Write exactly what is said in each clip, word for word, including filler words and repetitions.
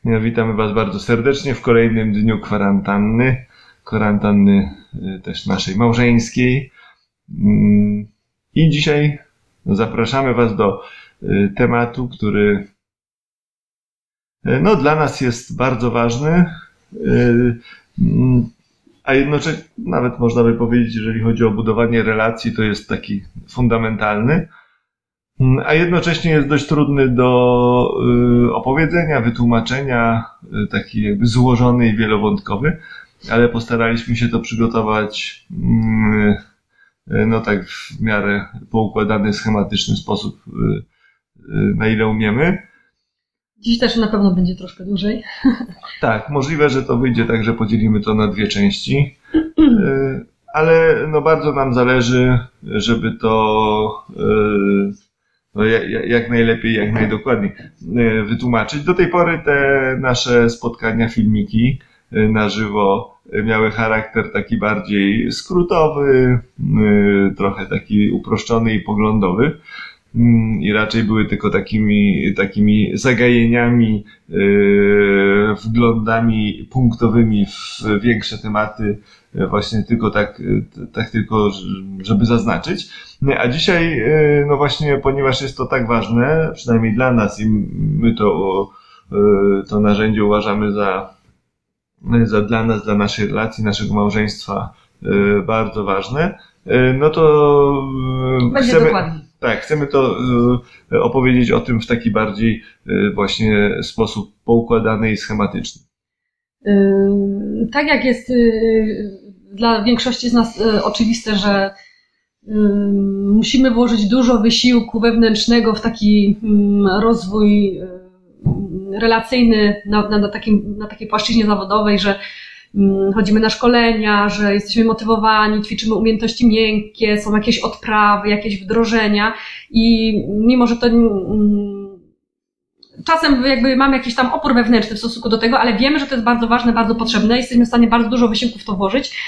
Witamy Was bardzo serdecznie w kolejnym dniu kwarantanny, kwarantanny też naszej małżeńskiej. I dzisiaj zapraszamy Was do tematu, który no, dla nas jest bardzo ważny, a jednocześnie nawet można by powiedzieć, jeżeli chodzi o budowanie relacji, to jest taki fundamentalny, a jednocześnie jest dość trudny do opowiedzenia, wytłumaczenia, taki jakby złożony i wielowątkowy, ale postaraliśmy się to przygotować no tak w miarę poukładany, schematyczny sposób, na ile umiemy. Dziś też na pewno będzie troszkę dłużej. Tak, możliwe, że to wyjdzie tak, że podzielimy to na dwie części, ale no bardzo nam zależy, żeby to no jak najlepiej, jak najdokładniej wytłumaczyć. Do tej pory te nasze spotkania, filmiki na żywo miały charakter taki bardziej skrótowy, trochę taki uproszczony i poglądowy. I raczej były tylko takimi, takimi zagajeniami, yy, wglądami punktowymi w większe tematy, właśnie tylko tak, tak tylko, żeby zaznaczyć. A dzisiaj, yy, no właśnie, ponieważ jest to tak ważne, przynajmniej dla nas i my to, yy, to narzędzie uważamy za, za dla nas, dla naszej relacji, naszego małżeństwa yy, bardzo ważne, yy, no to yy, będzie chcemy... dokładnie. Tak, chcemy to y, opowiedzieć o tym w taki bardziej y, właśnie sposób poukładany i schematyczny. Yy, tak jak jest yy, dla większości z nas yy, oczywiste, że yy, musimy włożyć dużo wysiłku wewnętrznego w taki yy, rozwój yy, relacyjny na, na, na, takim, na takiej płaszczyźnie zawodowej, że chodzimy na szkolenia, że jesteśmy motywowani, ćwiczymy umiejętności miękkie, są jakieś odprawy, jakieś wdrożenia i mimo, że to czasem jakby mamy jakiś tam opór wewnętrzny w stosunku do tego, ale wiemy, że to jest bardzo ważne, bardzo potrzebne, jesteśmy w stanie bardzo dużo wysiłku w to włożyć.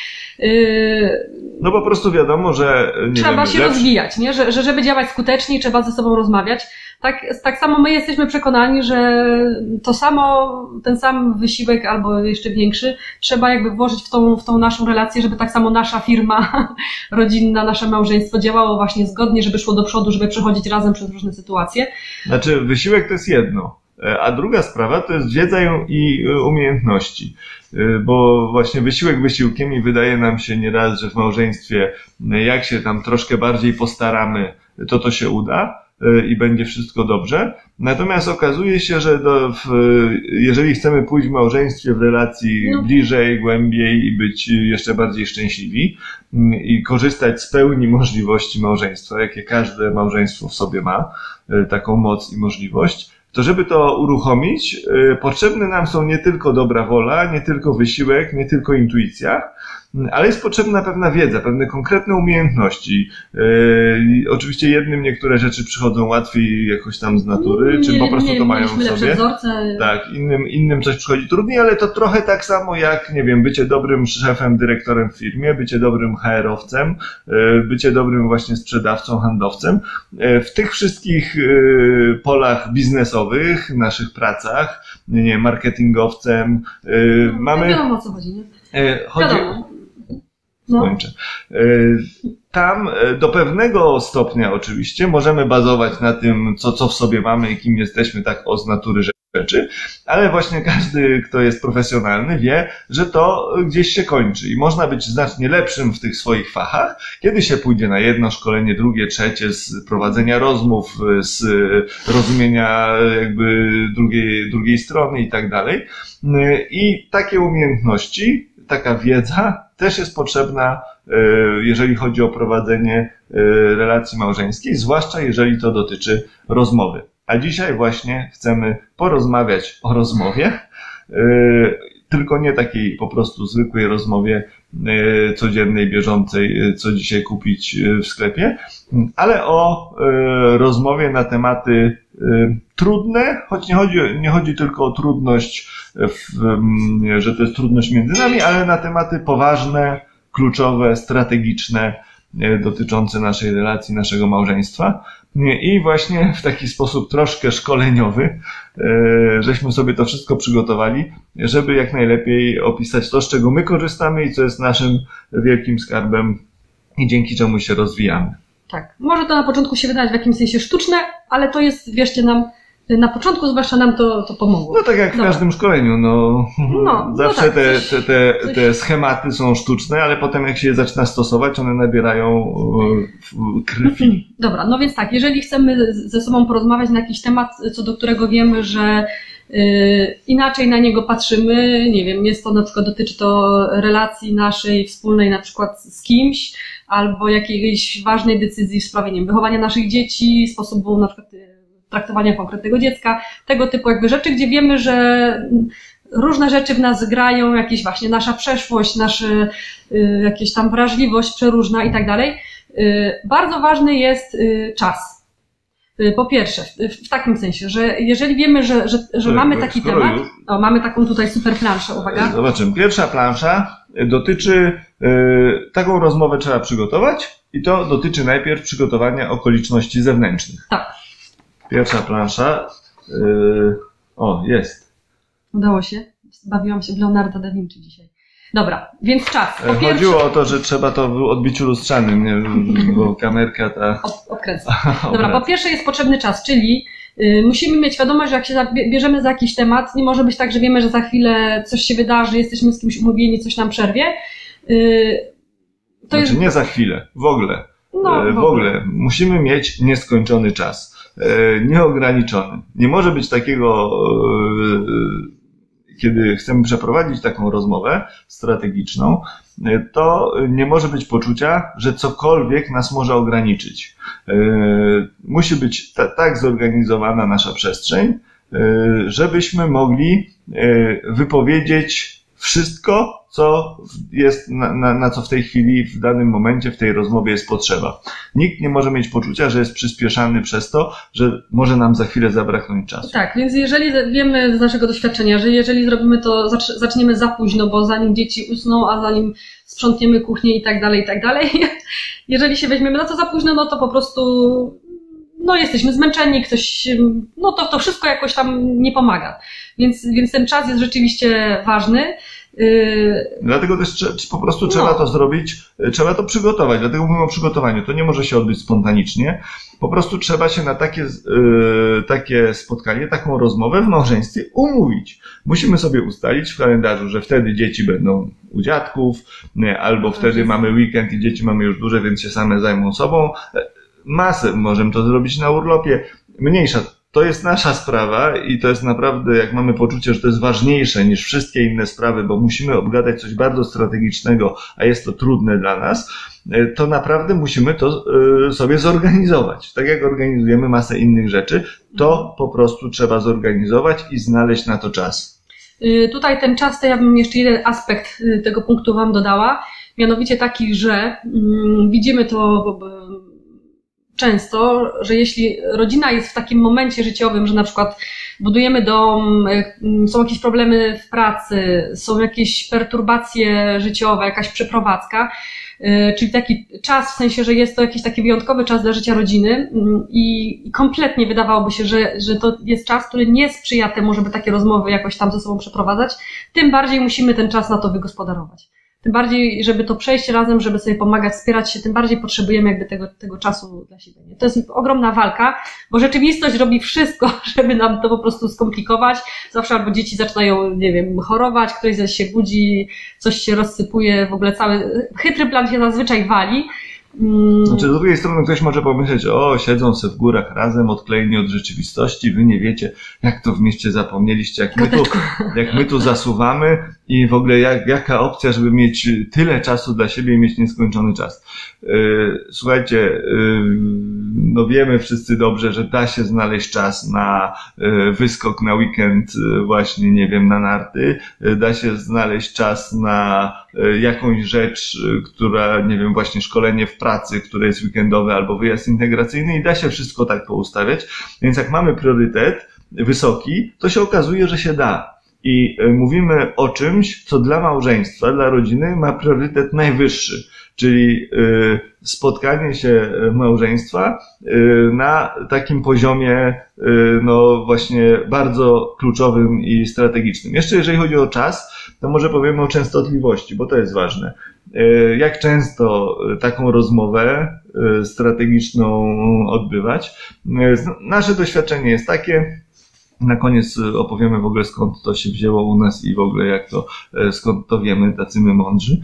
No po prostu wiadomo, że nie trzeba wiem, się lepszy... rozwijać, nie? Że, że żeby działać skutecznie, trzeba ze sobą rozmawiać. Tak, tak samo my jesteśmy przekonani, że to samo, ten sam wysiłek albo jeszcze większy trzeba jakby włożyć w tą, w tą naszą relację, żeby tak samo nasza firma rodzinna, nasze małżeństwo działało właśnie zgodnie, żeby szło do przodu, żeby przechodzić razem przez różne sytuacje. Znaczy wysiłek to jest jedno, a druga sprawa to jest wiedza i umiejętności. Bo właśnie wysiłek wysiłkiem i wydaje nam się nieraz, że w małżeństwie jak się tam troszkę bardziej postaramy, to to się uda i będzie wszystko dobrze. Natomiast okazuje się, że do, w, jeżeli chcemy pójść w małżeństwie, w relacji no. bliżej, głębiej i być jeszcze bardziej szczęśliwi i korzystać z pełni możliwości małżeństwa, jakie każde małżeństwo w sobie ma, taką moc i możliwość, to żeby to uruchomić, potrzebne nam są nie tylko dobra wola, nie tylko wysiłek, nie tylko intuicja, ale jest potrzebna pewna wiedza, pewne konkretne umiejętności. Yy, oczywiście jednym niektóre rzeczy przychodzą łatwiej jakoś tam z natury, nie, czy po prostu nie, to mają w sobie. Wzorce. Tak, innym, innym coś przychodzi trudniej, ale to trochę tak samo jak, nie wiem, bycie dobrym szefem, dyrektorem w firmie, bycie dobrym H R-owcem, yy, bycie dobrym właśnie sprzedawcą, handlowcem. Yy, w tych wszystkich yy, polach biznesowych, naszych pracach, nie, nie marketingowcem, yy, no, mamy... Nie wiadomo, o co chodzi, nie? Yy, chodzi... Wiadomo. No. Kończę. Tam do pewnego stopnia oczywiście możemy bazować na tym, co, co w sobie mamy i kim jesteśmy, tak o z natury rzeczy, ale właśnie każdy, kto jest profesjonalny, wie, że to gdzieś się kończy i można być znacznie lepszym w tych swoich fachach, kiedy się pójdzie na jedno szkolenie, drugie, trzecie, z prowadzenia rozmów, z rozumienia jakby drugiej, drugiej strony i tak dalej. I takie umiejętności, taka wiedza też jest potrzebna, jeżeli chodzi o prowadzenie relacji małżeńskiej, zwłaszcza jeżeli to dotyczy rozmowy. A dzisiaj właśnie chcemy porozmawiać o rozmowie, tylko nie takiej po prostu zwykłej rozmowie codziennej, bieżącej, co dzisiaj kupić w sklepie, ale o rozmowie na tematy trudne, choć nie chodzi, nie chodzi tylko o trudność, w, że to jest trudność między nami, ale na tematy poważne, kluczowe, strategiczne, dotyczące naszej relacji, naszego małżeństwa. I właśnie w taki sposób troszkę szkoleniowy żeśmy sobie to wszystko przygotowali, żeby jak najlepiej opisać to, z czego my korzystamy i co jest naszym wielkim skarbem i dzięki czemu się rozwijamy. Tak. Może to na początku się wydawać w jakimś sensie sztuczne, ale to jest, wierzcie nam, na początku zwłaszcza nam to, to pomogło. No tak jak w Dobra. każdym szkoleniu, no, no zawsze no tak, te, coś, te, te, coś... te schematy są sztuczne, ale potem jak się je zaczyna stosować, one nabierają krwi. Dobra, no więc tak, jeżeli chcemy ze sobą porozmawiać na jakiś temat, co do którego wiemy, że yy, inaczej na niego patrzymy, nie wiem, jest to na przykład, dotyczy to relacji naszej wspólnej na przykład z kimś, albo jakiejś ważnej decyzji w sprawie, nie wiem, wychowania naszych dzieci, sposobu na przykład traktowania konkretnego dziecka, tego typu jakby rzeczy, gdzie wiemy, że różne rzeczy w nas grają, jakieś właśnie nasza przeszłość, nasza y, jakieś tam wrażliwość przeróżna i tak dalej. Y, bardzo ważny jest y, czas. Y, po pierwsze, w, w takim sensie, że jeżeli wiemy, że, że, że mamy taki temat, o, mamy taką tutaj super planszę, uwaga. Zobaczymy. Pierwsza plansza dotyczy, y, taką rozmowę trzeba przygotować i to dotyczy najpierw przygotowania okoliczności zewnętrznych. Tak. Pierwsza plansza. Yy, o, jest. Udało się. Bawiłam się w Leonardo da Vinci dzisiaj. Dobra, więc czas. Po Chodziło pierwsze... o to, że trzeba to w odbiciu lustrzanym, nie, bo kamerka ta... Obkręca. Dobra, po pierwsze jest potrzebny czas, czyli yy, musimy mieć świadomość, że jak się bierzemy za jakiś temat, nie może być tak, że wiemy, że za chwilę coś się wydarzy, jesteśmy z kimś umówieni, coś nam przerwie. Yy, to znaczy jest... nie za chwilę, w ogóle. No, w, w ogóle. ogóle. Musimy mieć nieskończony czas. Nieograniczony. Nie może być takiego, kiedy chcemy przeprowadzić taką rozmowę strategiczną, to nie może być poczucia, że cokolwiek nas może ograniczyć. Musi być ta, tak zorganizowana nasza przestrzeń, żebyśmy mogli wypowiedzieć wszystko, co jest, na, na, na co w tej chwili, w danym momencie, w tej rozmowie jest potrzeba. Nikt nie może mieć poczucia, że jest przyspieszany przez to, że może nam za chwilę zabraknąć czasu. Tak, więc jeżeli wiemy z naszego doświadczenia, że jeżeli zrobimy to, zaczniemy za późno, bo zanim dzieci usną, a zanim sprzątniemy kuchnię i tak dalej, i tak dalej, jeżeli się weźmiemy na to za późno, no to po prostu no jesteśmy zmęczeni, ktoś, no to, to wszystko jakoś tam nie pomaga. Więc, więc ten czas jest rzeczywiście ważny. Dlatego też po prostu no. trzeba to zrobić, trzeba to przygotować, dlatego mówimy o przygotowaniu. To nie może się odbyć spontanicznie. Po prostu trzeba się na takie, takie spotkanie, taką rozmowę w małżeństwie umówić. Musimy sobie ustalić w kalendarzu, że wtedy dzieci będą u dziadków, albo wtedy mamy weekend i dzieci mamy już duże, więc się same zajmą sobą. Masę możemy to zrobić na urlopie. Mniejsza. To jest nasza sprawa i to jest naprawdę, jak mamy poczucie, że to jest ważniejsze niż wszystkie inne sprawy, bo musimy obgadać coś bardzo strategicznego, a jest to trudne dla nas, to naprawdę musimy to sobie zorganizować. Tak jak organizujemy masę innych rzeczy, to po prostu trzeba zorganizować i znaleźć na to czas. Tutaj ten czas, to ja bym jeszcze jeden aspekt tego punktu wam dodała, mianowicie taki, że widzimy to często, że jeśli rodzina jest w takim momencie życiowym, że na przykład budujemy dom, są jakieś problemy w pracy, są jakieś perturbacje życiowe, jakaś przeprowadzka, czyli taki czas w sensie, że jest to jakiś taki wyjątkowy czas dla życia rodziny i kompletnie wydawałoby się, że, że to jest czas, który nie sprzyja temu, żeby takie rozmowy jakoś tam ze sobą przeprowadzać, tym bardziej musimy ten czas na to wygospodarować. Tym bardziej, żeby to przejść razem, żeby sobie pomagać, wspierać się, tym bardziej potrzebujemy jakby tego, tego czasu dla siebie. To jest ogromna walka, bo rzeczywistość robi wszystko, żeby nam to po prostu skomplikować. Zawsze albo dzieci zaczynają, nie wiem, chorować, ktoś zaś się budzi, coś się rozsypuje, w ogóle cały chytry plan się zazwyczaj wali. Znaczy, z drugiej strony ktoś może pomyśleć, o, siedzą se w górach razem, odklejeni od rzeczywistości, wy nie wiecie, jak to w mieście zapomnieliście, jak my tu, jak my tu zasuwamy i w ogóle jak, jaka opcja, żeby mieć tyle czasu dla siebie i mieć nieskończony czas. Yy, słuchajcie, yy, no wiemy wszyscy dobrze, że da się znaleźć czas na yy, wyskok na weekend, yy, właśnie, nie wiem, na narty, yy, da się znaleźć czas na yy, jakąś rzecz, yy, która, nie wiem, właśnie szkolenie w pracy, które jest weekendowe albo wyjazd integracyjny i da się wszystko tak poustawiać. Więc jak mamy priorytet wysoki, to się okazuje, że się da. I mówimy o czymś, co dla małżeństwa, dla rodziny ma priorytet najwyższy. czyli spotkanie się małżeństwa na takim poziomie no właśnie bardzo kluczowym i strategicznym. Jeszcze jeżeli chodzi o czas, to może powiemy o częstotliwości, bo to jest ważne. Jak często taką rozmowę strategiczną odbywać? Nasze doświadczenie jest takie, na koniec opowiemy w ogóle skąd to się wzięło u nas i w ogóle jak to, skąd to wiemy, tacy my mądrzy.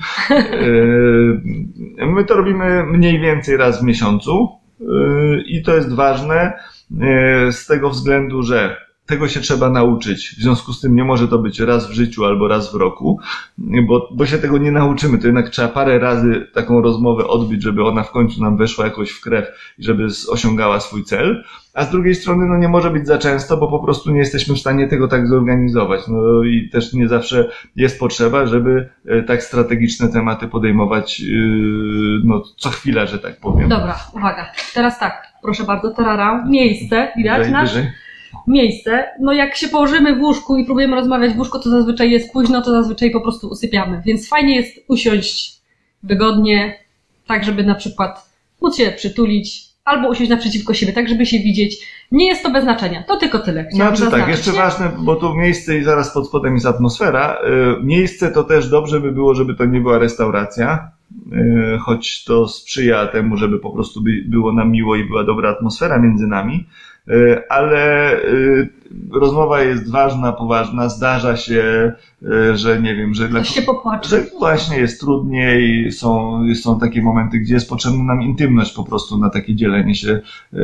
My to robimy mniej więcej raz w miesiącu i to jest ważne z tego względu, że tego się trzeba nauczyć. W związku z tym nie może to być raz w życiu albo raz w roku, bo, bo się tego nie nauczymy. To jednak trzeba parę razy taką rozmowę odbyć, żeby ona w końcu nam weszła jakoś w krew i żeby osiągała swój cel. A z drugiej strony no nie może być za często, bo po prostu nie jesteśmy w stanie tego tak zorganizować. No i też nie zawsze jest potrzeba, żeby tak strategiczne tematy podejmować no co chwila, że tak powiem. Dobra, uwaga. Teraz tak, proszę bardzo, tarara, miejsce, widać Wyżej, nasz? wyżej. Miejsce. No jak się położymy w łóżku i próbujemy rozmawiać w łóżku, to zazwyczaj jest późno, to zazwyczaj po prostu usypiamy. Więc fajnie jest usiąść wygodnie, tak żeby na przykład móc się przytulić, albo usiąść naprzeciwko siebie, tak żeby się widzieć. Nie jest to bez znaczenia, to tylko tyle. Chciałam Znaczy tak, jeszcze nie? ważne, bo tu miejsce i zaraz pod spodem jest atmosfera. Miejsce to też dobrze by było, żeby to nie była restauracja, choć to sprzyja temu, żeby po prostu było nam miło i była dobra atmosfera między nami. Ale rozmowa jest ważna, poważna, zdarza się, że nie wiem, że, dla, się popłacze. że właśnie jest trudniej, są, są takie momenty, gdzie jest potrzebna nam intymność po prostu na takie dzielenie się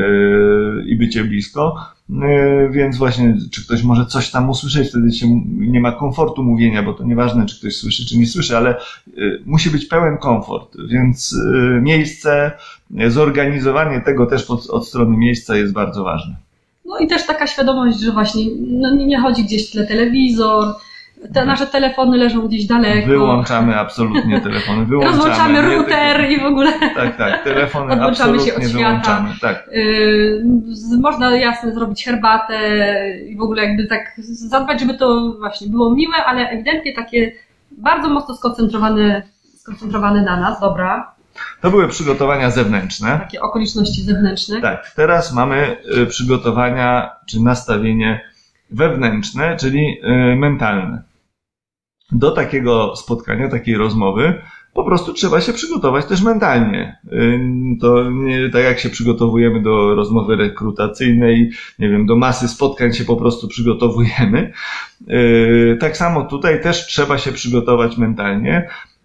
i bycie blisko. Więc właśnie, czy ktoś może coś tam usłyszeć, wtedy się nie ma komfortu mówienia, bo to nieważne, czy ktoś słyszy, czy nie słyszy, ale musi być pełen komfort, więc miejsce, zorganizowanie tego też pod, od strony miejsca jest bardzo ważne. No i też taka świadomość, że właśnie no nie, nie chodzi gdzieś w tle telewizor, te nasze telefony leżą gdzieś daleko. Wyłączamy absolutnie telefony, wyłączamy. Rozłączamy router tylko... i w ogóle. Tak, tak, telefony odłączamy absolutnie się od wyłączamy. świata. Tak. Yy, można jasne zrobić herbatę i w ogóle jakby tak zadbać, żeby to właśnie było miłe, ale ewidentnie takie bardzo mocno skoncentrowane, skoncentrowane na nas, dobra. To były przygotowania zewnętrzne. Takie okoliczności zewnętrzne. Tak, teraz mamy przygotowania czy nastawienie wewnętrzne, czyli mentalne. Do takiego spotkania, takiej rozmowy po prostu trzeba się przygotować też mentalnie. To nie tak jak się przygotowujemy do rozmowy rekrutacyjnej, nie wiem, do masy spotkań się po prostu przygotowujemy. Tak samo tutaj też trzeba się przygotować mentalnie.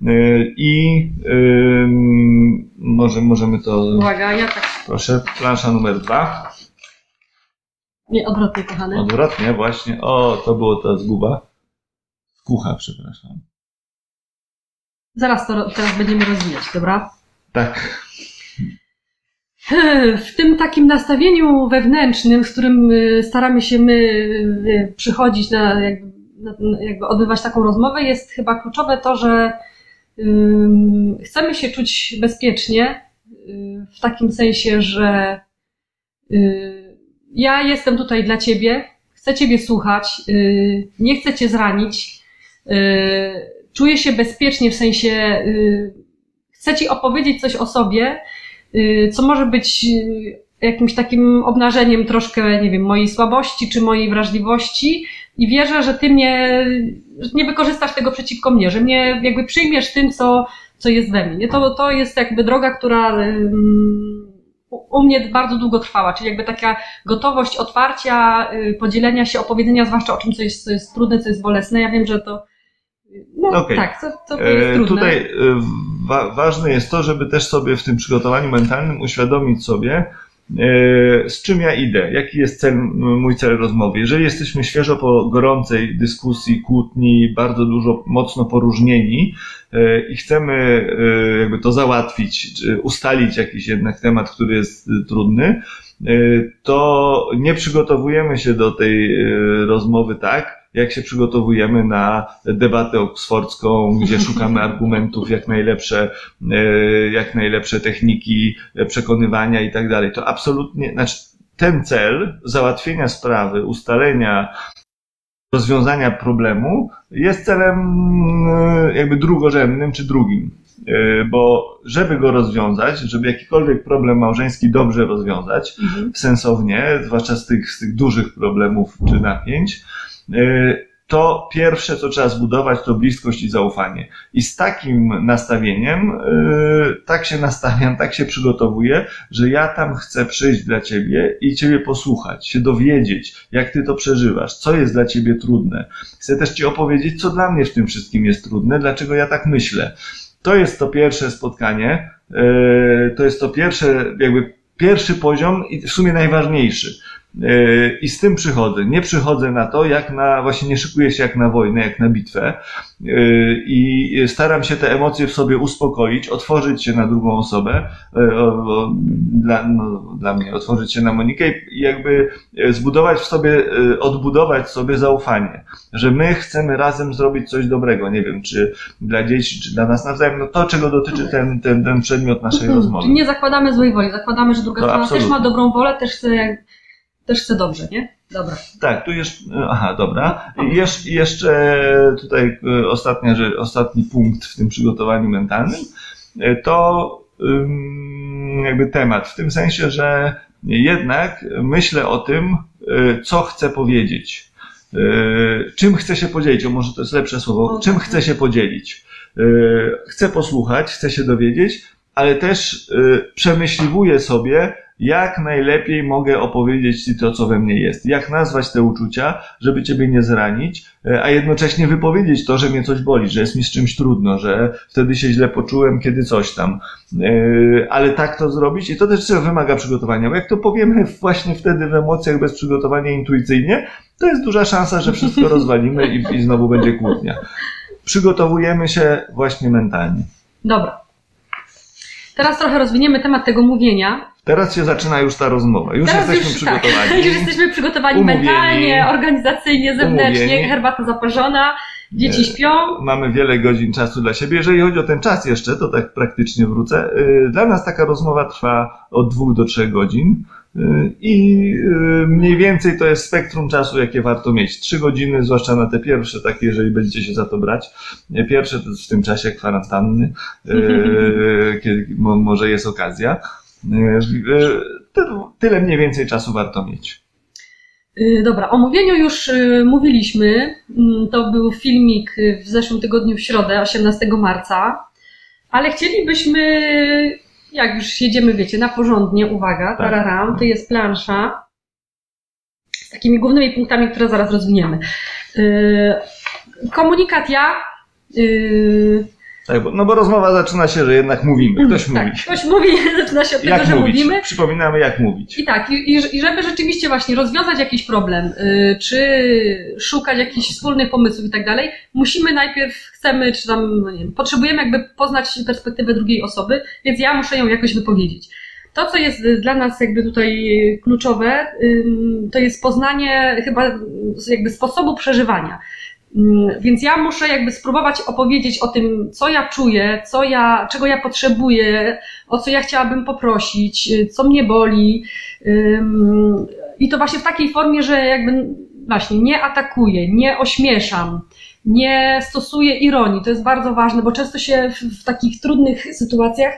I yy, może możemy to... Uwaga, ja tak... Proszę, plansza numer dwa. Nie, odwrotnie, kochany. Odwrotnie, właśnie. O, to było ta zguba. Kucha, przepraszam. Zaraz to teraz będziemy rozwijać, dobra? Tak. W tym takim nastawieniu wewnętrznym, w którym staramy się my przychodzić na jakby, na, jakby odbywać taką rozmowę, jest chyba kluczowe to, że um, chcemy się czuć bezpiecznie um, w takim sensie, że um, ja jestem tutaj dla ciebie, chcę ciebie słuchać, um, nie chcę cię zranić, um, czuję się bezpiecznie w sensie um, chcę ci opowiedzieć coś o sobie, co może być jakimś takim obnażeniem troszkę, nie wiem, mojej słabości czy mojej wrażliwości i wierzę, że ty mnie, że nie wykorzystasz tego przeciwko mnie, że mnie jakby przyjmiesz tym, co, co jest we mnie. To, to jest jakby droga, która um, u mnie bardzo długo trwała, czyli jakby taka gotowość otwarcia, podzielenia się, opowiedzenia zwłaszcza o czymś, co jest, co jest trudne, co jest bolesne. Ja wiem, że to no okay. tak, to, to jest trudne. Tutaj wa- ważne jest to, żeby też sobie w tym przygotowaniu mentalnym uświadomić sobie, z czym ja idę, jaki jest cel, mój cel rozmowy. Jeżeli jesteśmy świeżo po gorącej dyskusji, kłótni, bardzo dużo, mocno poróżnieni i chcemy jakby to załatwić, ustalić jakiś jednak temat, który jest trudny, to nie przygotowujemy się do tej rozmowy tak, jak się przygotowujemy na debatę oksfordzką, gdzie szukamy argumentów, jak najlepsze, jak najlepsze techniki przekonywania i tak dalej. To absolutnie, znaczy ten cel załatwienia sprawy, ustalenia, rozwiązania problemu jest celem jakby drugorzędnym czy drugim. bo żeby go rozwiązać, żeby jakikolwiek problem małżeński dobrze rozwiązać, mhm. sensownie, zwłaszcza z tych, z tych dużych problemów czy napięć, to pierwsze, co trzeba zbudować, to bliskość i zaufanie. I z takim nastawieniem, yy, tak się nastawiam, tak się przygotowuję, że ja tam chcę przyjść dla ciebie i ciebie posłuchać, się dowiedzieć, jak ty to przeżywasz, co jest dla ciebie trudne. Chcę też ci opowiedzieć, co dla mnie w tym wszystkim jest trudne, dlaczego ja tak myślę. To jest to pierwsze spotkanie, yy, to jest to pierwsze, jakby pierwszy poziom i w sumie najważniejszy. I z tym przychodzę. Nie przychodzę na to, jak na, właśnie nie szykuję się jak na wojnę, jak na bitwę i staram się te emocje w sobie uspokoić, otworzyć się na drugą osobę, dla, no, dla mnie otworzyć się na Monikę i jakby zbudować w sobie, odbudować sobie zaufanie, że my chcemy razem zrobić coś dobrego. Nie wiem, czy dla dzieci, czy dla nas nawzajem, no to, czego dotyczy ten, ten, ten przedmiot naszej hmm, rozmowy. Czyli nie zakładamy złej woli, zakładamy, że druga strona też ma dobrą wolę, też chce Też chce dobrze, nie? Dobra. Tak, tu jeszcze, aha, dobra. I jeszcze, jeszcze tutaj ostatnia, że ostatni punkt w tym przygotowaniu mentalnym, to jakby temat, w tym sensie, że jednak myślę o tym, co chcę powiedzieć. Czym chcę się podzielić, o może to jest lepsze słowo, czym chcę się podzielić. Chcę posłuchać, chcę się dowiedzieć, ale też przemyśliwuję sobie, jak najlepiej mogę opowiedzieć ci to, co we mnie jest. Jak nazwać te uczucia, żeby ciebie nie zranić, a jednocześnie wypowiedzieć to, że mnie coś boli, że jest mi z czymś trudno, że wtedy się źle poczułem, kiedy coś tam. Ale tak to zrobić i to też wymaga przygotowania, bo jak to powiemy właśnie wtedy w emocjach bez przygotowania intuicyjnie, to jest duża szansa, że wszystko rozwalimy i, i znowu będzie kłótnia. Przygotowujemy się właśnie mentalnie. Dobra. Teraz trochę rozwiniemy temat tego mówienia. Teraz się zaczyna już ta rozmowa. Już Teraz jesteśmy już, przygotowani. Tak, już jesteśmy przygotowani umówieni, mentalnie, organizacyjnie, zewnętrznie, umówieni. Herbata zaparzona, dzieci śpią. Mamy wiele godzin czasu dla siebie. Jeżeli chodzi o ten czas jeszcze, to tak praktycznie wrócę. Dla nas taka rozmowa trwa od dwóch do trzech godzin. I mniej więcej to jest spektrum czasu, jakie warto mieć. Trzy godziny, zwłaszcza na te pierwsze, takie, jeżeli będziecie się za to brać. Pierwsze to w tym czasie kwarantanny, kiedy może jest okazja. Tyle mniej więcej czasu warto mieć. Dobra, o mówieniu już mówiliśmy. To był filmik w zeszłym tygodniu w środę, osiemnastego marca. Ale chcielibyśmy, jak już jedziemy, wiecie, na porządnie, uwaga, tararam, to jest plansza z takimi głównymi punktami, które zaraz rozwiniemy. Komunikat ja... Tak, bo, no bo rozmowa zaczyna się, że jednak mówimy. Ktoś tak, mówi. Ktoś mówi, zaczyna się od tego, jak że mówić? mówimy. Przypominamy, jak mówić. I tak, i, i żeby rzeczywiście właśnie rozwiązać jakiś problem, yy, czy szukać jakichś wspólnych pomysłów i tak dalej, musimy najpierw, chcemy, czy tam, no nie wiem, potrzebujemy jakby poznać perspektywę drugiej osoby, więc ja muszę ją jakoś wypowiedzieć. To, co jest dla nas jakby tutaj kluczowe, yy, to jest poznanie chyba jakby sposobu przeżywania. Więc ja muszę jakby spróbować opowiedzieć o tym, co ja czuję, co ja, czego ja potrzebuję, o co ja chciałabym poprosić, co mnie boli. I to właśnie w takiej formie, że jakby właśnie nie atakuję, nie ośmieszam, nie stosuję ironii. To jest bardzo ważne, bo często się w, w takich trudnych sytuacjach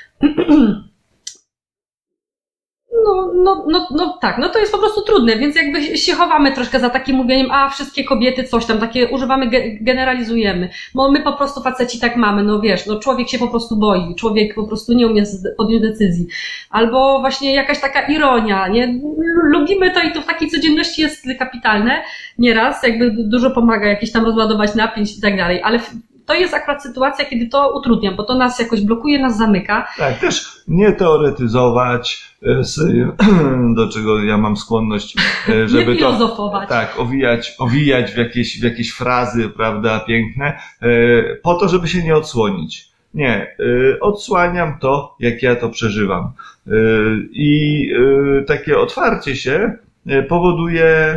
No, no, no, no tak, no to jest po prostu trudne, więc jakby się chowamy troszkę za takim mówieniem, a wszystkie kobiety coś tam, takie używamy, generalizujemy, bo my po prostu faceci tak mamy, no wiesz, no człowiek się po prostu boi, człowiek po prostu nie umie podjąć decyzji, albo właśnie jakaś taka ironia, nie, lubimy to i to w takiej codzienności jest kapitalne, nieraz jakby dużo pomaga jakieś tam rozładować napięć i tak dalej, ale to jest akurat sytuacja, kiedy to utrudnia, bo to nas jakoś blokuje, nas zamyka. Tak, też nie teoretyzować, do czego ja mam skłonność, żeby nie filozofować. To tak, owijać, owijać w jakieś, w jakieś frazy, prawda, piękne, po to, żeby się nie odsłonić. Nie, odsłaniam to, jak ja to przeżywam. I takie otwarcie się powoduje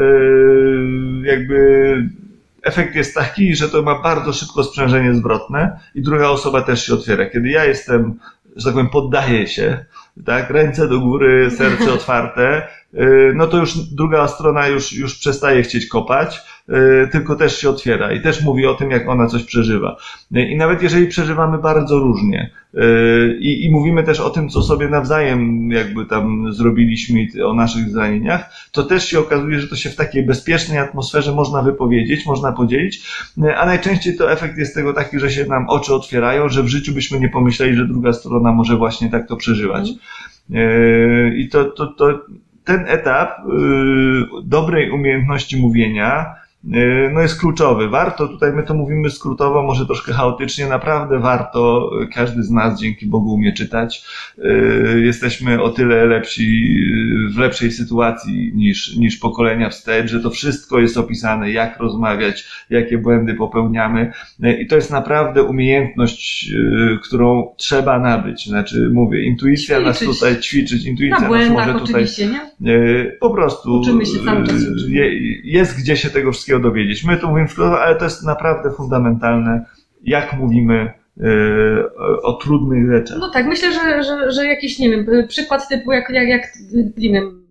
jakby efekt jest taki, że to ma bardzo szybko sprzężenie zwrotne i druga osoba też się otwiera. Kiedy ja jestem, że tak powiem, poddaję się, tak, ręce do góry, serce otwarte, no to już druga strona już, już przestaje chcieć kopać tylko też się otwiera i też mówi o tym, jak ona coś przeżywa. I nawet jeżeli przeżywamy bardzo różnie i, i mówimy też o tym, co sobie nawzajem jakby tam zrobiliśmy i o naszych zranieniach, to też się okazuje, że to się w takiej bezpiecznej atmosferze można wypowiedzieć, można podzielić, a najczęściej to efekt jest tego taki, że się nam oczy otwierają, że w życiu byśmy nie pomyśleli, że druga strona może właśnie tak to przeżywać. Mm. I to, to, to ten etap dobrej umiejętności mówienia no jest kluczowy. Warto, tutaj my to mówimy skrótowo, może troszkę chaotycznie, naprawdę warto, każdy z nas dzięki Bogu umie czytać. Jesteśmy o tyle lepsi, w lepszej sytuacji niż, niż pokolenia wstecz, że to wszystko jest opisane, jak rozmawiać, jakie błędy popełniamy i to jest naprawdę umiejętność, którą trzeba nabyć. Znaczy, mówię, intuicja ćwiczyć. nas tutaj ćwiczyć, intuicja na błędach, nas może tutaj nie? po prostu uczymy się cały czas uczymy. jest gdzie się tego wszystkiego dowiedzieć. My tu mówimy skrótowo, ale to jest naprawdę fundamentalne, jak mówimy yy, o trudnych rzeczach. No tak, myślę, że, że, że jakiś, nie wiem, przykład typu, jak, jak, jak nie wiem,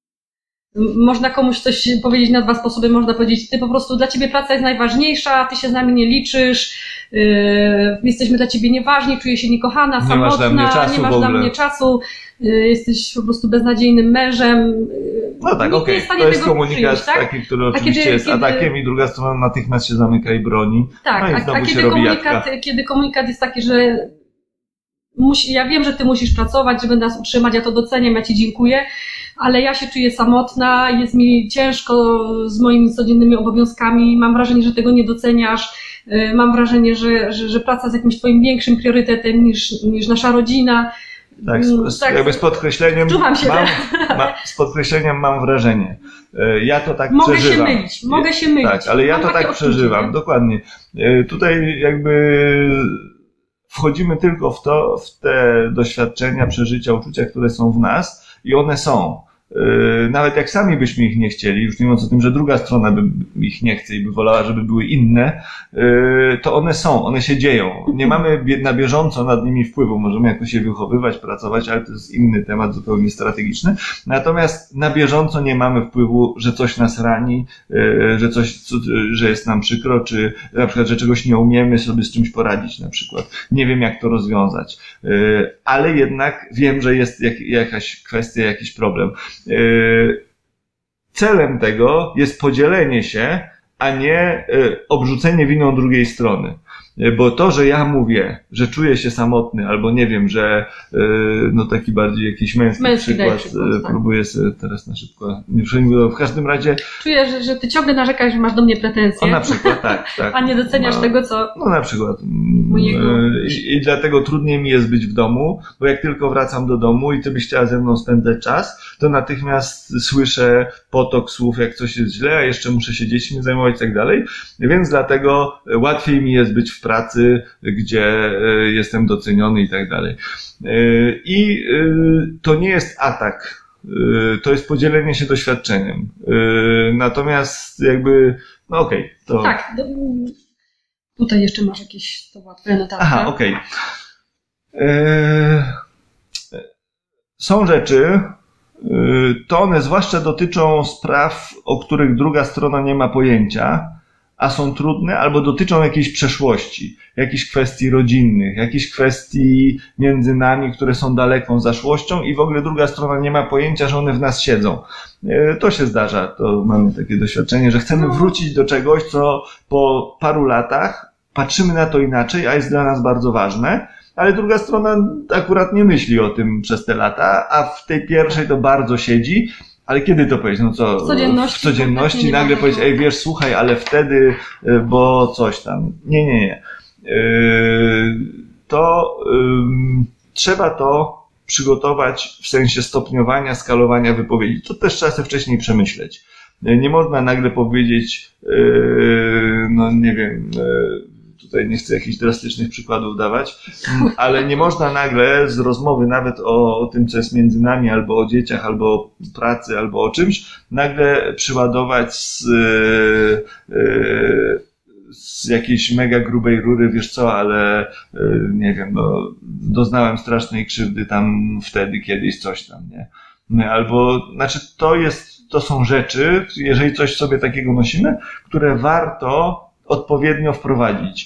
można komuś coś powiedzieć na dwa sposoby, można powiedzieć, ty po prostu, dla ciebie praca jest najważniejsza, ty się z nami nie liczysz, yy, jesteśmy dla ciebie nieważni, czuję się niekochana, nie samotna, masz dla mnie czasu, nie masz dla mnie czasu, yy, jesteś po prostu beznadziejnym mężem. No tak, okej, okay. To jest komunikat przyjąć, tak? taki, który oczywiście kiedy, jest kiedy... atakiem i druga strona natychmiast się zamyka i broni. Tak, no i a, a kiedy, komunikat, kiedy komunikat jest taki, że musi, ja wiem, że ty musisz pracować, żeby nas utrzymać, ja to doceniam, ja ci dziękuję, ale ja się czuję samotna, jest mi ciężko z moimi codziennymi obowiązkami, mam wrażenie, że tego nie doceniasz, mam wrażenie, że, że, że praca jest jakimś twoim większym priorytetem niż, niż nasza rodzina. Tak, z, tak, jakby z podkreśleniem mam, ma, z podkreśleniem mam wrażenie. Ja to tak mogę przeżywam. Mogę się mylić, mogę się mylić. Tak, ale ja mam to tak odczucie, przeżywam, nie? dokładnie. Tutaj jakby wchodzimy tylko w to, w te doświadczenia, przeżycia, uczucia, które są w nas i one są. Nawet jak sami byśmy ich nie chcieli, już nie mówiąc o tym, że druga strona by ich nie chce i by wolała, żeby były inne, to one są, one się dzieją. Nie mamy na bieżąco nad nimi wpływu, możemy jakoś je wychowywać, pracować, ale to jest inny temat, zupełnie strategiczny. Natomiast na bieżąco nie mamy wpływu, że coś nas rani, że coś, że jest nam przykro, czy na przykład, że czegoś nie umiemy sobie z czymś poradzić na przykład. Nie wiem, jak to rozwiązać. Ale jednak wiem, że jest jakaś kwestia, jakiś problem. Celem tego jest podzielenie się, a nie obrzucenie winą drugiej strony. Bo to, że ja mówię, że czuję się samotny, albo nie wiem, że no taki bardziej jakiś męski, męski przykład, przykład tak. Próbuję sobie teraz na szybko, nie przyjmuję, w każdym razie... Czuję, że, że ty ciągle narzekasz, że masz do mnie pretensje. O, na przykład, tak, tak. A nie doceniasz no, tego, co... No na przykład. Mojego... I, I dlatego trudniej mi jest być w domu, bo jak tylko wracam do domu i ty byś chciała ze mną spędzać czas, to natychmiast słyszę potok słów, jak coś jest źle, a jeszcze muszę się dziećmi zajmować i tak dalej. Więc dlatego łatwiej mi jest być w pracy, gdzie jestem doceniony i tak dalej. I to nie jest atak, to jest podzielenie się doświadczeniem. Natomiast jakby, no okej, okay, to... Tak, do... tutaj jeszcze masz jakieś to łatwe notatki. Aha, okej. Okay. Są rzeczy, to one zwłaszcza dotyczą spraw, o których druga strona nie ma pojęcia, a są trudne, albo dotyczą jakiejś przeszłości, jakichś kwestii rodzinnych, jakichś kwestii między nami, które są daleką zaszłością i w ogóle druga strona nie ma pojęcia, że one w nas siedzą. To się zdarza, to mamy takie doświadczenie, że chcemy wrócić do czegoś, co po paru latach patrzymy na to inaczej, a jest dla nas bardzo ważne, ale druga strona akurat nie myśli o tym przez te lata, a w tej pierwszej to bardzo siedzi. Ale kiedy to powiedzieć? No co? W codzienności. W codzienności nagle powiedzieć, ej wiesz, słuchaj, ale wtedy, bo coś tam. Nie, nie, nie. To trzeba to przygotować w sensie stopniowania, skalowania wypowiedzi. To też trzeba sobie wcześniej przemyśleć. Nie można nagle powiedzieć, no nie wiem, tutaj nie chcę jakichś drastycznych przykładów dawać, ale nie można nagle z rozmowy nawet o, o tym, co jest między nami, albo o dzieciach, albo o pracy, albo o czymś, nagle przyładować z, z jakiejś mega grubej rury, wiesz co, ale nie wiem, no, doznałem strasznej krzywdy tam wtedy, kiedyś, coś tam, nie? Albo, znaczy to jest to są rzeczy, jeżeli coś sobie takiego nosimy, które warto odpowiednio wprowadzić.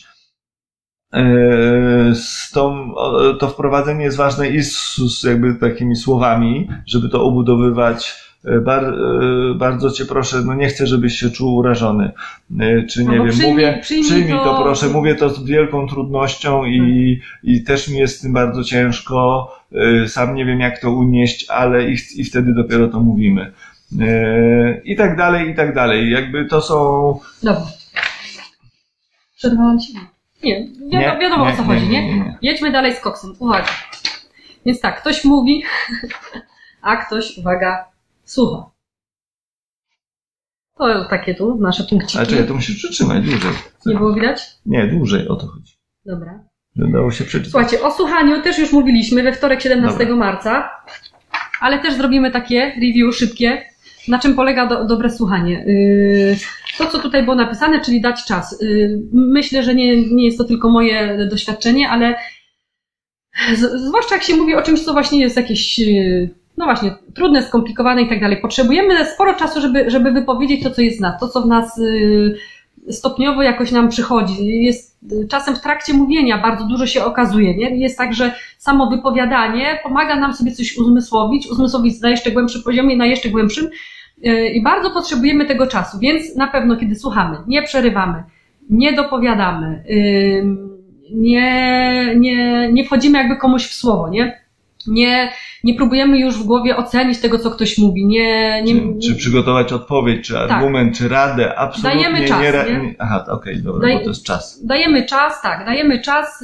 Z tą, to wprowadzenie jest ważne i z, z jakby takimi słowami, żeby to obudowywać. Bar, bardzo cię proszę, no nie chcę, żebyś się czuł urażony. Czy nie no wiem, przyjmij, mówię, przyjmij, przyjmij to... to proszę, mówię to z wielką trudnością i, hmm. i też mi jest z tym bardzo ciężko. Sam nie wiem, jak to unieść, ale i, i wtedy dopiero to mówimy. I tak dalej, i tak dalej. Jakby to są... Dobra. Przerwałam ci? Nie, wiadomo, nie, wiadomo nie, o co nie, chodzi, nie, nie? Nie, nie? Jedźmy dalej z koksem. Uwaga. Więc tak, ktoś mówi, a ktoś, uwaga, słucha. To takie tu, nasze punkciki. Ale czekaj, to musisz przytrzymać dłużej. Nie było widać? Nie, dłużej, o to chodzi. Dobra. Że dało się przeczytać. Słuchajcie, o słuchaniu też już mówiliśmy we wtorek siedemnastego marca, ale też zrobimy takie review szybkie, na czym polega do, dobre słuchanie. Yy, to, co tutaj było napisane, czyli dać czas. Yy, myślę, że nie, nie jest to tylko moje doświadczenie, ale z, zwłaszcza jak się mówi o czymś, co właśnie jest jakieś, yy, no właśnie, trudne, skomplikowane i tak dalej. Potrzebujemy sporo czasu, żeby, żeby wypowiedzieć to, co jest w nas, to, co w nas yy, stopniowo jakoś nam przychodzi. Jest czasem w trakcie mówienia bardzo dużo się okazuje, nie? Jest tak, że samo wypowiadanie pomaga nam sobie coś uzmysłowić, uzmysłowić na jeszcze głębszym poziomie, na jeszcze głębszym i bardzo potrzebujemy tego czasu, więc na pewno kiedy słuchamy, nie przerywamy, nie dopowiadamy, nie, nie, nie wchodzimy jakby komuś w słowo, nie? Nie, nie próbujemy już w głowie ocenić tego, co ktoś mówi. Nie, nie... Czy, czy przygotować odpowiedź, czy tak. argument, czy radę. Absolutnie dajemy czas, nie. Ra... nie? Aha, okej, okay, dobra, Daj... bo to jest czas. Dajemy czas, tak, dajemy czas.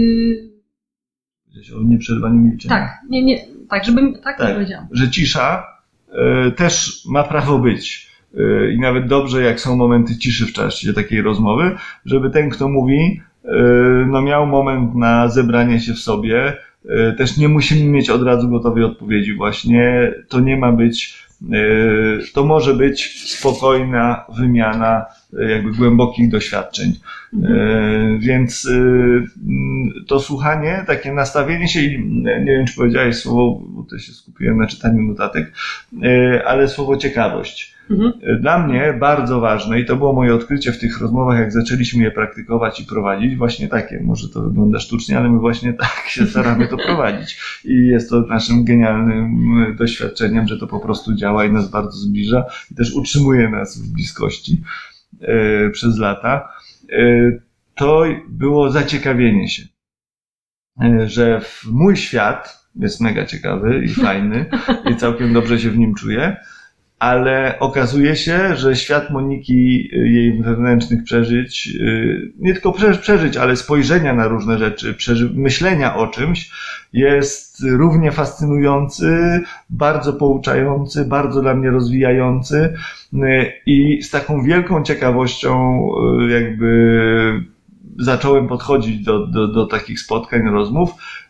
Yy... O nieprzerwaniu milczenia. Tak, nie, nie, tak, żebym tak, tak powiedziałam. Że cisza y, też ma prawo być. Y, I nawet dobrze, jak są momenty ciszy w czasie takiej rozmowy, żeby ten, kto mówi, y, no miał moment na zebranie się w sobie. Też nie musimy mieć od razu gotowej odpowiedzi właśnie. To nie ma być, to może być spokojna wymiana jakby głębokich doświadczeń. Mhm. Więc to słuchanie, takie nastawienie się, nie wiem czy powiedziałeś słowo, bo to się skupiłem na czytaniu notatek, ale słowo ciekawość. Mhm. Dla mnie bardzo ważne i to było moje odkrycie w tych rozmowach, jak zaczęliśmy je praktykować i prowadzić, właśnie takie, może to wygląda sztucznie, ale my właśnie tak się staramy to prowadzić i jest to naszym genialnym doświadczeniem, że to po prostu działa i nas bardzo zbliża i też utrzymuje nas w bliskości yy, przez lata. Yy, to było zaciekawienie się, yy, że w mój świat jest mega ciekawy i fajny i całkiem dobrze się w nim czuję. Ale okazuje się, że świat Moniki, jej wewnętrznych przeżyć, nie tylko przeżyć, ale spojrzenia na różne rzeczy, myślenia o czymś jest równie fascynujący, bardzo pouczający, bardzo dla mnie rozwijający i z taką wielką ciekawością jakby zacząłem podchodzić do, do, do takich spotkań, rozmów,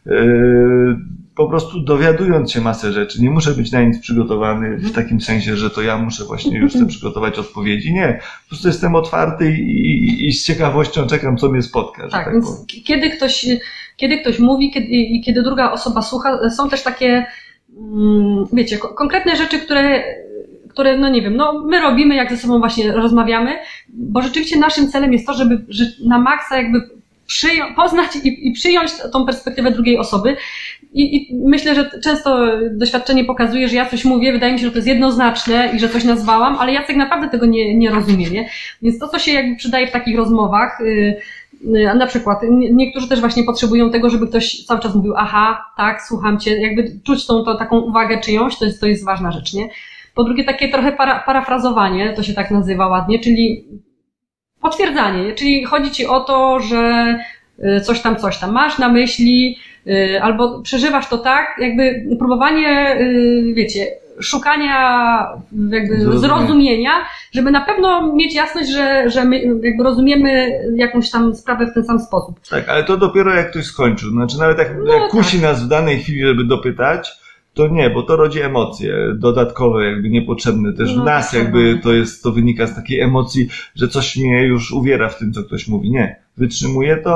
po prostu dowiadując się masę rzeczy. Nie muszę być na nic przygotowany w takim sensie, że to ja muszę właśnie już chcę przygotować odpowiedzi. Nie, po prostu jestem otwarty i, i, i z ciekawością czekam, co mnie spotka. Tak, tak więc powiem. kiedy ktoś, kiedy ktoś mówi kiedy, i kiedy druga osoba słucha, są też takie, wiecie, konkretne rzeczy, które które, no nie wiem, no my robimy, jak ze sobą właśnie rozmawiamy, bo rzeczywiście naszym celem jest to, żeby że na maksa jakby przyją- poznać i, i przyjąć tą perspektywę drugiej osoby. I, I myślę, że często doświadczenie pokazuje, że ja coś mówię, wydaje mi się, że to jest jednoznaczne i że coś nazwałam, ale Jacek naprawdę tego nie, nie rozumie, nie? Więc to, co się jakby przydaje w takich rozmowach, yy, yy, na przykład niektórzy też właśnie potrzebują tego, żeby ktoś cały czas mówił, aha, tak, słucham cię, jakby czuć tą, tą taką uwagę czyjąś, to jest, to jest ważna rzecz, nie? Po drugie, takie trochę para, parafrazowanie, to się tak nazywa ładnie, czyli potwierdzanie, czyli chodzi ci o to, że coś tam, coś tam masz na myśli, albo przeżywasz to tak, jakby próbowanie, wiecie, szukania jakby Zrozumie. zrozumienia, żeby na pewno mieć jasność, że, że my jakby rozumiemy jakąś tam sprawę w ten sam sposób. Tak, ale to dopiero jak ktoś skończył. Znaczy nawet jak, no, jak kusi tak. nas w danej chwili, żeby dopytać, to nie, bo to rodzi emocje dodatkowe, jakby niepotrzebne też w no, nas, jakby to jest, to wynika z takiej emocji, że coś mnie już uwiera w tym, co ktoś mówi. Nie, wytrzymuję to,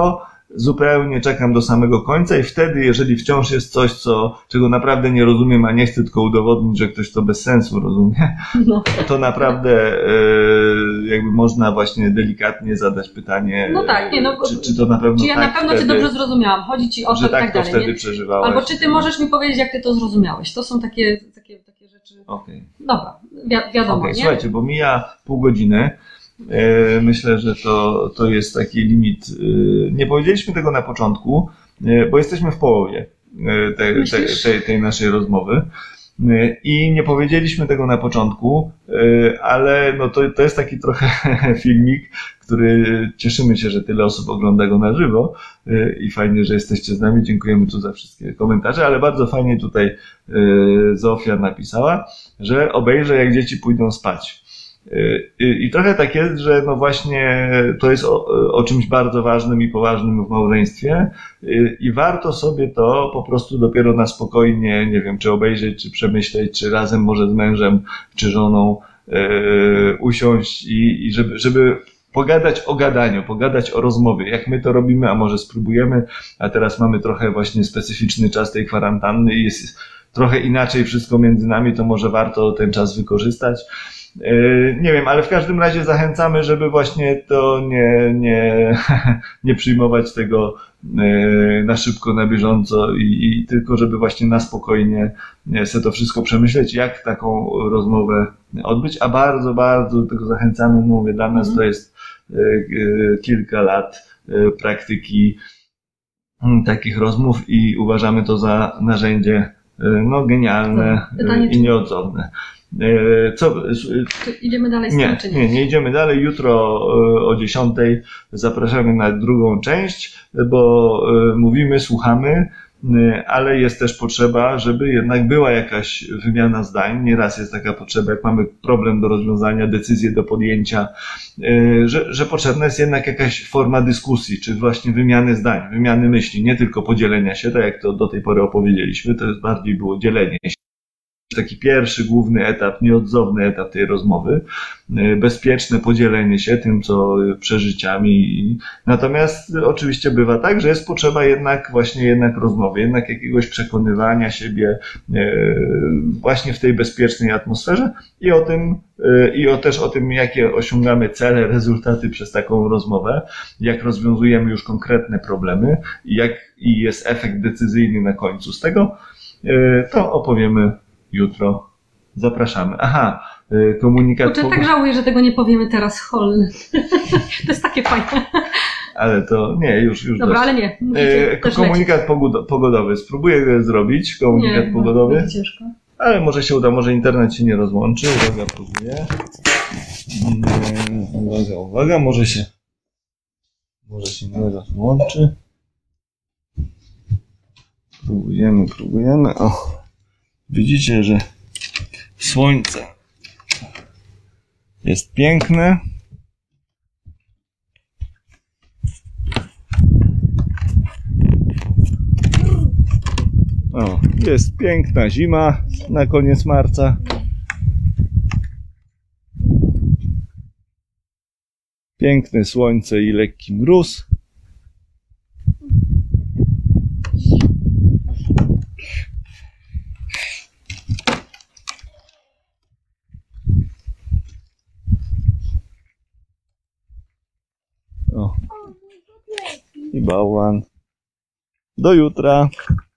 zupełnie czekam do samego końca i wtedy, jeżeli wciąż jest coś, co, czego naprawdę nie rozumiem, a nie chcę tylko udowodnić, że ktoś to bez sensu rozumie, no. to naprawdę e, jakby można właśnie delikatnie zadać pytanie, no tak, nie, no, czy, czy to na pewno czy ja tak na pewno wtedy, Cię dobrze zrozumiałam, chodzi Ci o to że i tak, tak dalej. to wtedy nie? przeżywałaś. Albo czy Ty możesz mi powiedzieć, jak Ty to zrozumiałeś? To są takie, takie, takie rzeczy. Okay. Dobra, wi- wiadomo, okay, nie? Słuchajcie, bo mija pół godziny. Myślę, że to, to jest taki limit. Nie powiedzieliśmy tego na początku, bo jesteśmy w połowie tej, tej, tej, tej naszej rozmowy. I nie powiedzieliśmy tego na początku, ale no to, to jest taki trochę filmik, który cieszymy się, że tyle osób ogląda go na żywo i fajnie, że jesteście z nami. Dziękujemy tu za wszystkie komentarze, ale bardzo fajnie tutaj Zofia napisała, że obejrzę, jak dzieci pójdą spać. I trochę tak jest, że no właśnie to jest o, o czymś bardzo ważnym i poważnym w małżeństwie i warto sobie to po prostu dopiero na spokojnie, nie wiem, czy obejrzeć, czy przemyśleć, czy razem może z mężem, czy żoną yy, usiąść i, i żeby, żeby pogadać o gadaniu, pogadać o rozmowie, jak my to robimy, a może spróbujemy, a teraz mamy trochę właśnie specyficzny czas tej kwarantanny i jest trochę inaczej wszystko między nami, to może warto ten czas wykorzystać. Nie wiem, ale w każdym razie zachęcamy, żeby właśnie to nie, nie, nie przyjmować tego na szybko, na bieżąco i, i tylko, żeby właśnie na spokojnie sobie to wszystko przemyśleć, jak taką rozmowę odbyć, a bardzo, bardzo do tego zachęcamy, no mówię, dla nas to jest kilka lat praktyki takich rozmów i uważamy to za narzędzie no, genialne Pytanie, i nieodzowne. Co? Idziemy dalej z nie, tym, czy nie? Nie, nie idziemy dalej. Jutro o dziesiątej zapraszamy na drugą część, bo mówimy, słuchamy, ale jest też potrzeba, żeby jednak była jakaś wymiana zdań. Nieraz jest taka potrzeba, jak mamy problem do rozwiązania, decyzję do podjęcia, że, że potrzebna jest jednak jakaś forma dyskusji, czy właśnie wymiany zdań, wymiany myśli, nie tylko podzielenia się, tak jak to do tej pory opowiedzieliśmy, to jest bardziej było dzielenie się. Taki pierwszy, główny etap, nieodzowny etap tej rozmowy, bezpieczne podzielenie się tym, co przeżyciami. Natomiast oczywiście bywa tak, że jest potrzeba jednak właśnie jednak rozmowy, jednak jakiegoś przekonywania siebie właśnie w tej bezpiecznej atmosferze i o tym, i o też o tym, jakie osiągamy cele, rezultaty przez taką rozmowę, jak rozwiązujemy już konkretne problemy i jak i jest efekt decyzyjny na końcu z tego, to opowiemy jutro. Zapraszamy. Aha, komunikat... Kurczę, tak żałuję, że tego nie powiemy teraz, holny. To jest takie fajne. Ale to nie, już już Dobra, dość. Ale nie. Musicie komunikat pogodowy. Spróbuję zrobić komunikat nie, pogodowy. Będzie ciężko. Ale może się uda, może internet się nie rozłączy. Uwaga, próbuję. Uwaga, uwaga, może się może się nie rozłączy. Próbujemy, próbujemy. O. Widzicie, że słońce jest piękne. O, jest piękna zima na koniec marca. Piękne słońce i lekki mróz. O. I bałwan. Do jutra.